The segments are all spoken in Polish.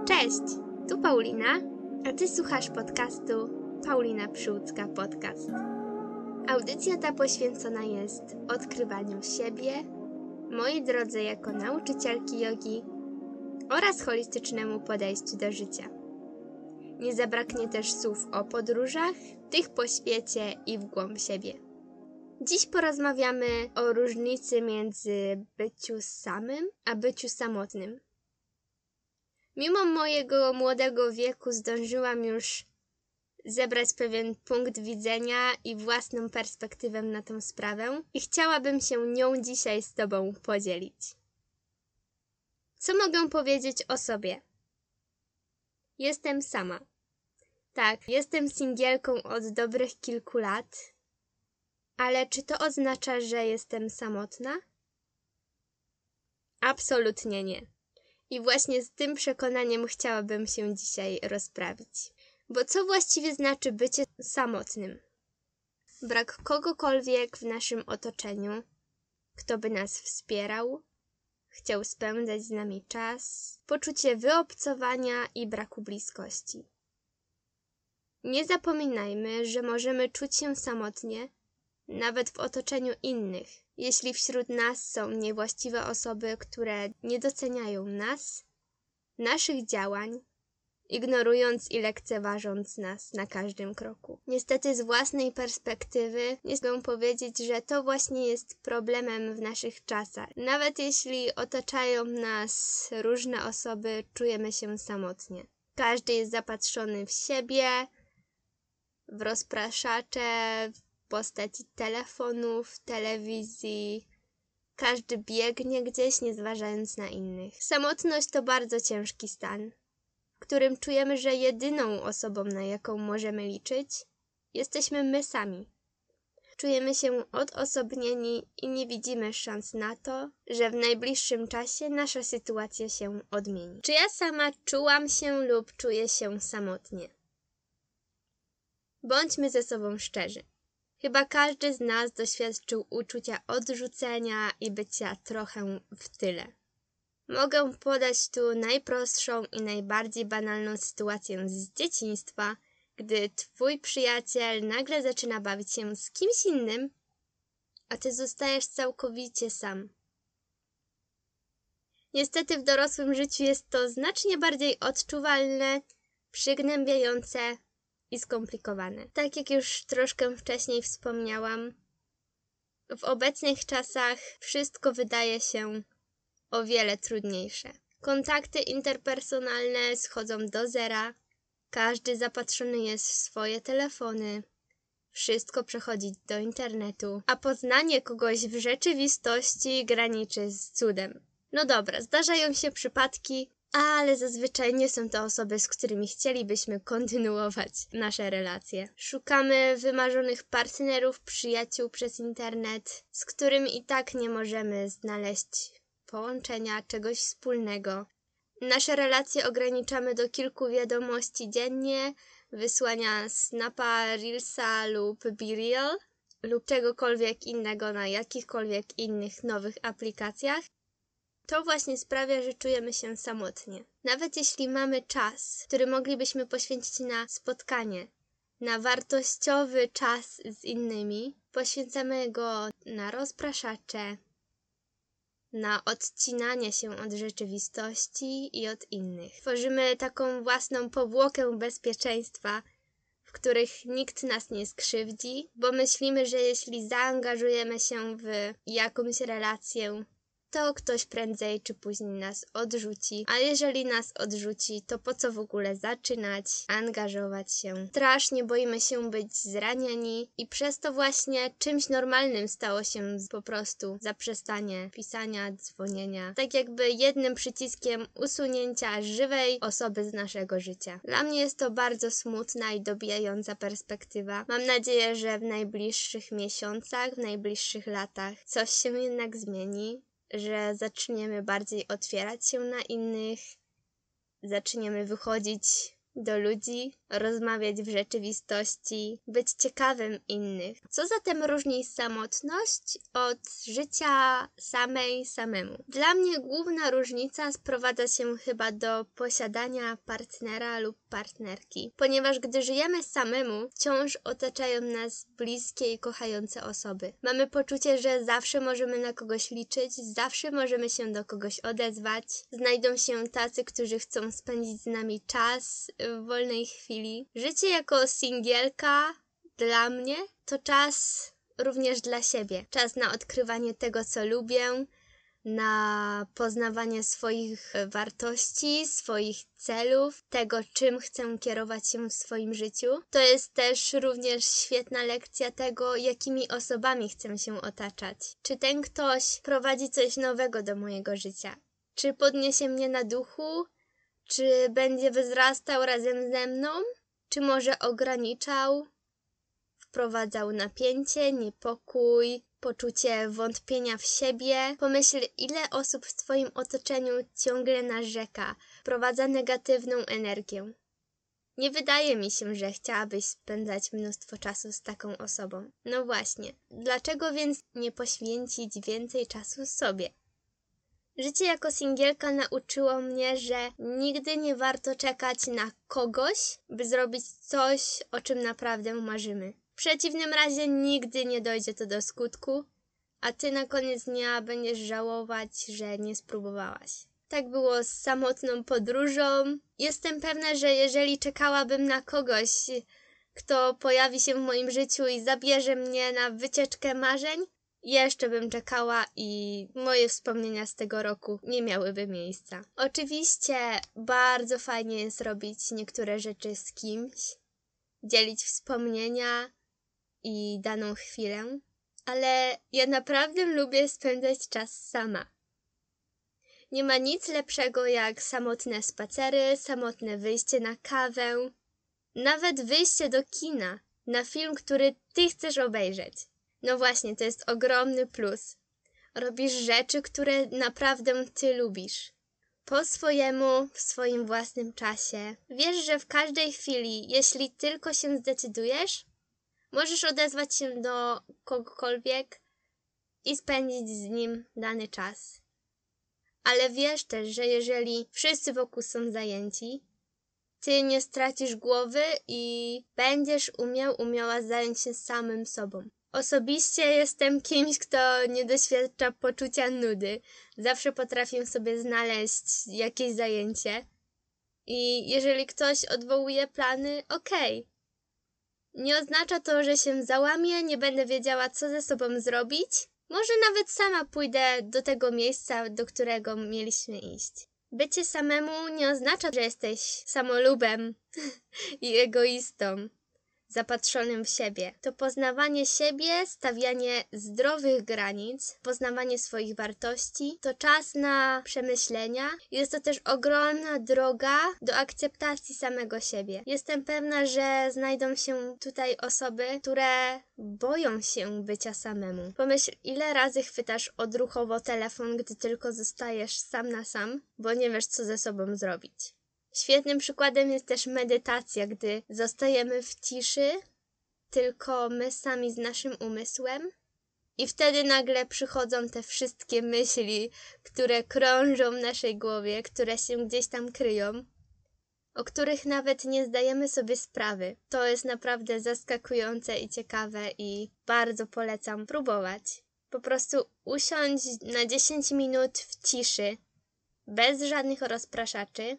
Cześć, tu Paulina, a Ty słuchasz podcastu Paulina Przyłódzka Podcast. Audycja ta poświęcona jest odkrywaniu siebie, mojej drodze jako nauczycielki jogi oraz holistycznemu podejściu do życia. Nie zabraknie też słów o podróżach, tych po świecie i w głąb siebie. Dziś porozmawiamy o różnicy między byciu samym a byciu samotnym. Mimo mojego młodego wieku zdążyłam już zebrać pewien punkt widzenia i własną perspektywę na tę sprawę i chciałabym się nią dzisiaj z Tobą podzielić. Co mogę powiedzieć o sobie? Jestem sama. Tak, jestem singielką od dobrych kilku lat, ale czy to oznacza, że jestem samotna? Absolutnie nie. I właśnie z tym przekonaniem chciałabym się dzisiaj rozprawić. Bo co właściwie znaczy bycie samotnym? Brak kogokolwiek w naszym otoczeniu, kto by nas wspierał, chciał spędzać z nami czas, poczucie wyobcowania i braku bliskości. Nie zapominajmy, że możemy czuć się samotnie, nawet w otoczeniu innych, jeśli wśród nas są niewłaściwe osoby, które nie doceniają nas, naszych działań, ignorując i lekceważąc nas na każdym kroku. Niestety z własnej perspektywy mogę powiedzieć, że to właśnie jest problemem w naszych czasach. Nawet jeśli otaczają nas różne osoby, czujemy się samotnie. Każdy jest zapatrzony w siebie, w rozpraszacze, w postaci telefonów, telewizji. Każdy biegnie gdzieś, nie zważając na innych. Samotność to bardzo ciężki stan, w którym czujemy, że jedyną osobą, na jaką możemy liczyć, jesteśmy my sami. Czujemy się odosobnieni i nie widzimy szans na to, że w najbliższym czasie nasza sytuacja się odmieni. Czy ja sama czułam się lub czuję się samotnie? Bądźmy ze sobą szczerzy. Chyba każdy z nas doświadczył uczucia odrzucenia i bycia trochę w tyle. Mogę podać tu najprostszą i najbardziej banalną sytuację z dzieciństwa, gdy twój przyjaciel nagle zaczyna bawić się z kimś innym, a ty zostajesz całkowicie sam. Niestety w dorosłym życiu jest to znacznie bardziej odczuwalne, przygnębiające i skomplikowane. Tak jak już troszkę wcześniej wspomniałam, w obecnych czasach wszystko wydaje się o wiele trudniejsze. Kontakty interpersonalne schodzą do zera, każdy zapatrzony jest w swoje telefony, wszystko przechodzi do internetu, a poznanie kogoś w rzeczywistości graniczy z cudem. No dobra, zdarzają się przypadki, ale zazwyczaj nie są to osoby, z którymi chcielibyśmy kontynuować nasze relacje. Szukamy wymarzonych partnerów, przyjaciół przez internet, z którymi i tak nie możemy znaleźć połączenia, czegoś wspólnego. Nasze relacje ograniczamy do kilku wiadomości dziennie, wysłania snapa, reelsa lub BeReal lub czegokolwiek innego na jakichkolwiek innych nowych aplikacjach. To właśnie sprawia, że czujemy się samotnie. Nawet jeśli mamy czas, który moglibyśmy poświęcić na spotkanie, na wartościowy czas z innymi, poświęcamy go na rozpraszacze, na odcinanie się od rzeczywistości i od innych. Tworzymy taką własną powłokę bezpieczeństwa, w których nikt nas nie skrzywdzi, bo myślimy, że jeśli zaangażujemy się w jakąś relację, to ktoś prędzej czy później nas odrzuci, a jeżeli nas odrzuci, to po co w ogóle zaczynać, angażować się. Strasznie boimy się być zranieni i przez to właśnie czymś normalnym stało się po prostu zaprzestanie pisania, dzwonienia. Tak jakby jednym przyciskiem usunięcia żywej osoby z naszego życia. Dla mnie jest to bardzo smutna i dobijająca perspektywa. Mam nadzieję, że w najbliższych miesiącach, w najbliższych latach coś się jednak zmieni, że zaczniemy bardziej otwierać się na innych, zaczniemy wychodzić do ludzi, rozmawiać w rzeczywistości, być ciekawym innych. Co zatem różni samotność od życia samemu? Dla mnie główna różnica sprowadza się chyba do posiadania partnera lub partnerki, ponieważ gdy żyjemy samemu, wciąż otaczają nas bliskie i kochające osoby. Mamy poczucie, że zawsze możemy na kogoś liczyć, zawsze możemy się do kogoś odezwać. Znajdą się tacy, którzy chcą spędzić z nami czas w wolnej chwili. Życie jako singielka dla mnie to czas również dla siebie. Czas na odkrywanie tego, co lubię, na poznawanie swoich wartości, swoich celów, tego, czym chcę kierować się w swoim życiu. To jest też również świetna lekcja tego, jakimi osobami chcę się otaczać. Czy ten ktoś prowadzi coś nowego do mojego życia? Czy podniesie mnie na duchu? Czy będzie wzrastał razem ze mną? Czy może ograniczał? Wprowadzał napięcie, niepokój, poczucie wątpienia w siebie. Pomyśl, ile osób w twoim otoczeniu ciągle narzeka, wprowadza negatywną energię. Nie wydaje mi się, że chciałabyś spędzać mnóstwo czasu z taką osobą. No właśnie, dlaczego więc nie poświęcić więcej czasu sobie? Życie jako singielka nauczyło mnie, że nigdy nie warto czekać na kogoś, by zrobić coś, o czym naprawdę marzymy. W przeciwnym razie nigdy nie dojdzie to do skutku, a ty na koniec dnia będziesz żałować, że nie spróbowałaś. Tak było z samotną podróżą. Jestem pewna, że jeżeli czekałabym na kogoś, kto pojawi się w moim życiu i zabierze mnie na wycieczkę marzeń, jeszcze bym czekała i moje wspomnienia z tego roku nie miałyby miejsca. Oczywiście bardzo fajnie jest robić niektóre rzeczy z kimś, dzielić wspomnienia i daną chwilę, ale ja naprawdę lubię spędzać czas sama. Nie ma nic lepszego jak samotne spacery, samotne wyjście na kawę, nawet wyjście do kina, na film, który ty chcesz obejrzeć. No właśnie, to jest ogromny plus. Robisz rzeczy, które naprawdę ty lubisz. Po swojemu, w swoim własnym czasie. Wiesz, że w każdej chwili, jeśli tylko się zdecydujesz, możesz odezwać się do kogokolwiek i spędzić z nim dany czas. Ale wiesz też, że jeżeli wszyscy wokół są zajęci, ty nie stracisz głowy i będziesz umiała zająć się samym sobą. Osobiście jestem kimś, kto nie doświadcza poczucia nudy. Zawsze potrafię sobie znaleźć jakieś zajęcie. I jeżeli ktoś odwołuje plany, okej. Nie oznacza to, że się załamię, nie będę wiedziała, co ze sobą zrobić. Może nawet sama pójdę do tego miejsca, do którego mieliśmy iść. Bycie samemu nie oznacza, że jesteś samolubem i egoistą, zapatrzonym w siebie. To poznawanie siebie, stawianie zdrowych granic, poznawanie swoich wartości, to czas na przemyślenia. Jest to też ogromna droga do akceptacji samego siebie. Jestem pewna, że znajdą się tutaj osoby, które boją się bycia samemu. Pomyśl, ile razy chwytasz odruchowo telefon, gdy tylko zostajesz sam na sam, bo nie wiesz, co ze sobą zrobić. Świetnym przykładem jest też medytacja, gdy zostajemy w ciszy, tylko my sami z naszym umysłem i wtedy nagle przychodzą te wszystkie myśli, które krążą w naszej głowie, które się gdzieś tam kryją, o których nawet nie zdajemy sobie sprawy. To jest naprawdę zaskakujące i ciekawe i bardzo polecam próbować. Po prostu usiądź na 10 minut w ciszy, bez żadnych rozpraszaczy,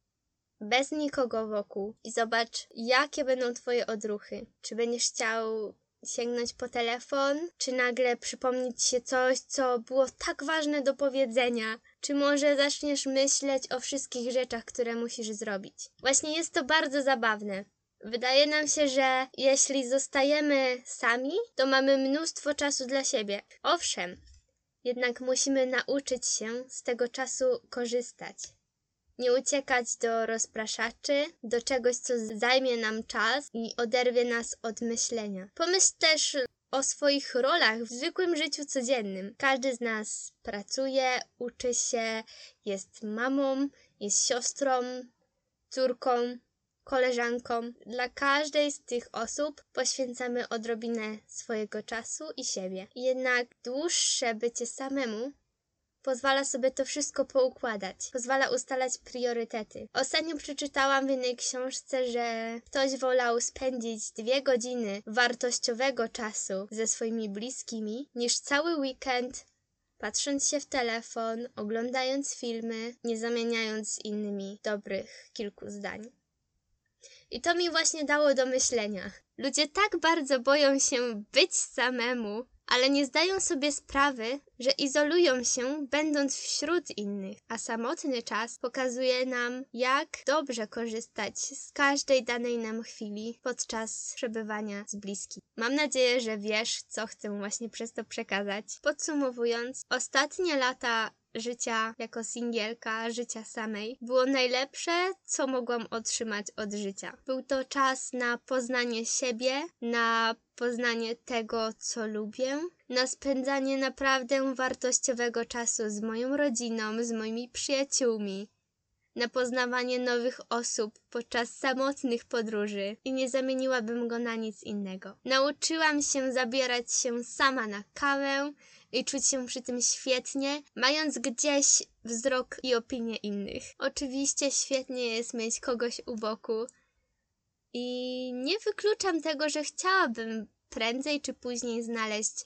bez nikogo wokół i zobacz, jakie będą twoje odruchy. Czy będziesz chciał sięgnąć po telefon? Czy nagle przypomnieć się coś, co było tak ważne do powiedzenia? Czy może zaczniesz myśleć o wszystkich rzeczach, które musisz zrobić? Właśnie jest to bardzo zabawne. Wydaje nam się, że jeśli zostajemy sami, to mamy mnóstwo czasu dla siebie. Owszem, jednak musimy nauczyć się z tego czasu korzystać. Nie uciekać do rozpraszaczy, do czegoś, co zajmie nam czas i oderwie nas od myślenia. Pomyśl też o swoich rolach w zwykłym życiu codziennym. Każdy z nas pracuje, uczy się, jest mamą, jest siostrą, córką, koleżankom. Dla każdej z tych osób poświęcamy odrobinę swojego czasu i siebie. Jednak dłuższe bycie samemu pozwala sobie to wszystko poukładać. Pozwala ustalać priorytety. Ostatnio przeczytałam w jednej książce, że ktoś wolał spędzić 2 godziny wartościowego czasu ze swoimi bliskimi, niż cały weekend patrząc się w telefon, oglądając filmy, nie zamieniając z innymi dobrych kilku zdań. I to mi właśnie dało do myślenia. Ludzie tak bardzo boją się być samemu, ale nie zdają sobie sprawy, że izolują się, będąc wśród innych, a samotny czas pokazuje nam, jak dobrze korzystać z każdej danej nam chwili podczas przebywania z bliskimi. Mam nadzieję, że wiesz, co chcę właśnie przez to przekazać. Podsumowując, ostatnie lata życia jako singielka, życia samej, było najlepsze, co mogłam otrzymać od życia. Był to czas na poznanie siebie, na poznanie tego, co lubię, na spędzanie naprawdę wartościowego czasu z moją rodziną, z moimi przyjaciółmi, na poznawanie nowych osób podczas samotnych podróży i nie zamieniłabym go na nic innego. Nauczyłam się zabierać się sama na kawę i czuć się przy tym świetnie, mając gdzieś wzrok i opinię innych. Oczywiście świetnie jest mieć kogoś u boku i nie wykluczam tego, że chciałabym prędzej czy później znaleźć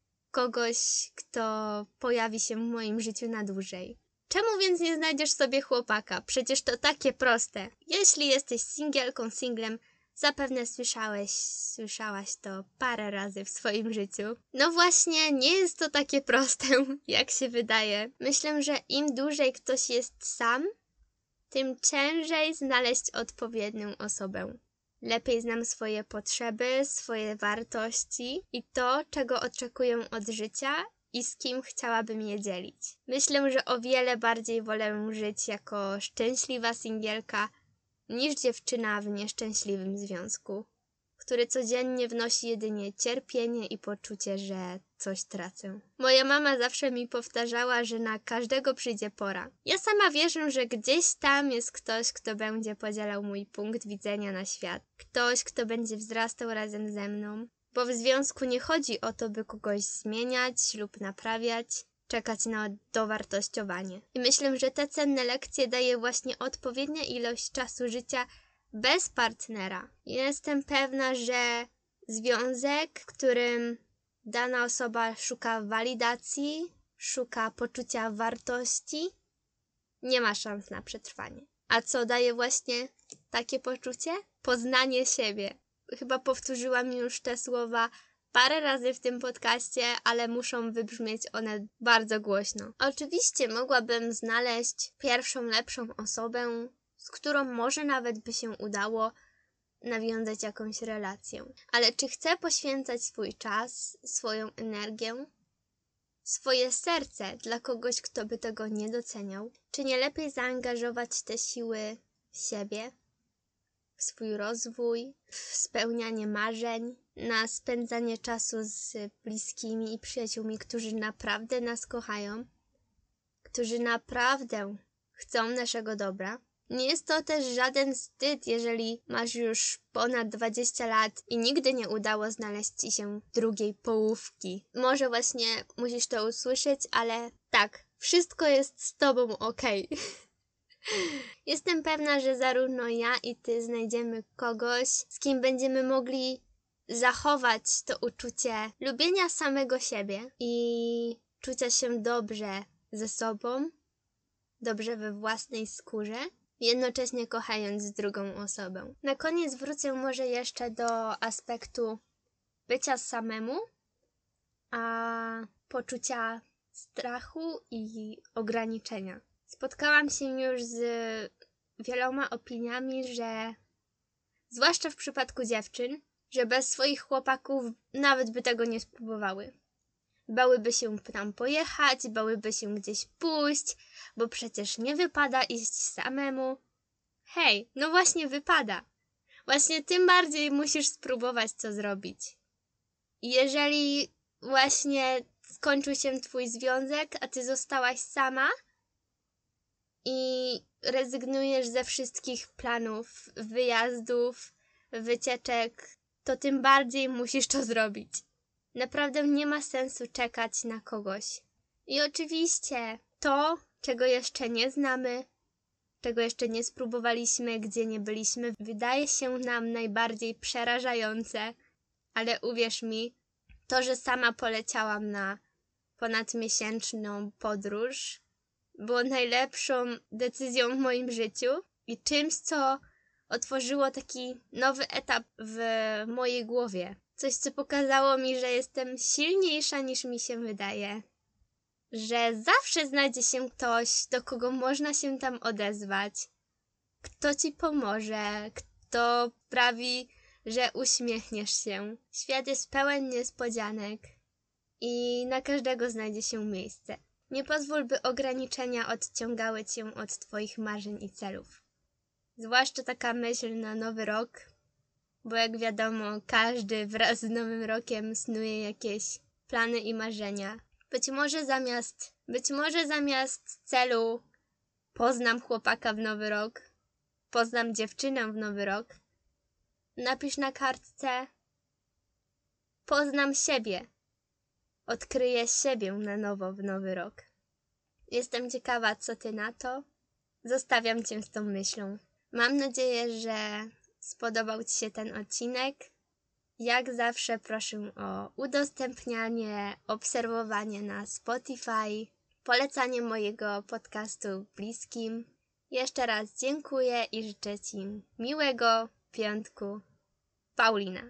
kogoś, kto pojawi się w moim życiu na dłużej. Czemu więc nie znajdziesz sobie chłopaka? Przecież to takie proste. Jeśli jesteś singielką, singlem, zapewne słyszałaś to parę razy w swoim życiu. No właśnie, nie jest to takie proste, jak się wydaje. Myślę, że im dłużej ktoś jest sam, tym ciężej znaleźć odpowiednią osobę. Lepiej znam swoje potrzeby, swoje wartości i to, czego oczekuję od życia i z kim chciałabym je dzielić. Myślę, że o wiele bardziej wolę żyć jako szczęśliwa singielka niż dziewczyna w nieszczęśliwym związku, który codziennie wnosi jedynie cierpienie i poczucie, że coś tracę. Moja mama zawsze mi powtarzała, że na każdego przyjdzie pora. Ja sama wierzę, że gdzieś tam jest ktoś, kto będzie podzielał mój punkt widzenia na świat. Ktoś, kto będzie wzrastał razem ze mną. Bo w związku nie chodzi o to, by kogoś zmieniać lub naprawiać, czekać na dowartościowanie. I myślę, że te cenne lekcje daje właśnie odpowiednia ilość czasu życia bez partnera. Jestem pewna, że związek, w którym dana osoba szuka walidacji, szuka poczucia wartości, nie ma szans na przetrwanie. A co daje właśnie takie poczucie? Poznanie siebie. Chyba powtórzyłam już te słowa parę razy w tym podcaście, ale muszą wybrzmieć one bardzo głośno. Oczywiście mogłabym znaleźć pierwszą, lepszą osobę, z którą może nawet by się udało nawiązać jakąś relację. Ale czy chcę poświęcać swój czas, swoją energię, swoje serce dla kogoś, kto by tego nie doceniał? Czy nie lepiej zaangażować te siły w siebie, w swój rozwój, w spełnianie marzeń, na spędzanie czasu z bliskimi i przyjaciółmi, którzy naprawdę nas kochają, którzy naprawdę chcą naszego dobra? Nie jest to też żaden wstyd, jeżeli masz już ponad 20 lat i nigdy nie udało znaleźć ci się drugiej połówki. Może właśnie musisz to usłyszeć, ale tak, wszystko jest z tobą okej. Jestem pewna, że zarówno ja i ty znajdziemy kogoś, z kim będziemy mogli zachować to uczucie lubienia samego siebie i czucia się dobrze ze sobą, dobrze we własnej skórze, jednocześnie kochając drugą osobę. Na koniec wrócę może jeszcze do aspektu bycia samemu, a poczucia strachu i ograniczenia. Spotkałam się już z wieloma opiniami, że zwłaszcza w przypadku dziewczyn, że bez swoich chłopaków nawet by tego nie spróbowały. Bałyby się tam pojechać, bałyby się gdzieś pójść, bo przecież nie wypada iść samemu. Hej, no właśnie wypada. Właśnie tym bardziej musisz spróbować co zrobić. Jeżeli właśnie skończył się twój związek, a ty zostałaś sama i rezygnujesz ze wszystkich planów, wyjazdów, wycieczek, to tym bardziej musisz to zrobić. Naprawdę nie ma sensu czekać na kogoś. I oczywiście to, czego jeszcze nie znamy, czego jeszcze nie spróbowaliśmy, gdzie nie byliśmy, wydaje się nam najbardziej przerażające, ale uwierz mi, to, że sama poleciałam na ponadmiesięczną podróż, było najlepszą decyzją w moim życiu i czymś, co otworzyło taki nowy etap w mojej głowie. Coś, co pokazało mi, że jestem silniejsza niż mi się wydaje. Że zawsze znajdzie się ktoś, do kogo można się tam odezwać. Kto ci pomoże, kto sprawi, że uśmiechniesz się. Świat jest pełen niespodzianek i na każdego znajdzie się miejsce. Nie pozwól, by ograniczenia odciągały cię od twoich marzeń i celów. Zwłaszcza taka myśl na nowy rok, bo jak wiadomo, każdy wraz z nowym rokiem snuje jakieś plany i marzenia. Być może zamiast celu poznam chłopaka w nowy rok, poznam dziewczynę w nowy rok, napisz na kartce poznam siebie, odkryję siebie na nowo w nowy rok. Jestem ciekawa, co ty na to. Zostawiam cię z tą myślą. Mam nadzieję, że spodobał ci się ten odcinek. Jak zawsze proszę o udostępnianie, obserwowanie na Spotify, polecanie mojego podcastu bliskim. Jeszcze raz dziękuję i życzę ci miłego piątku. Paulina.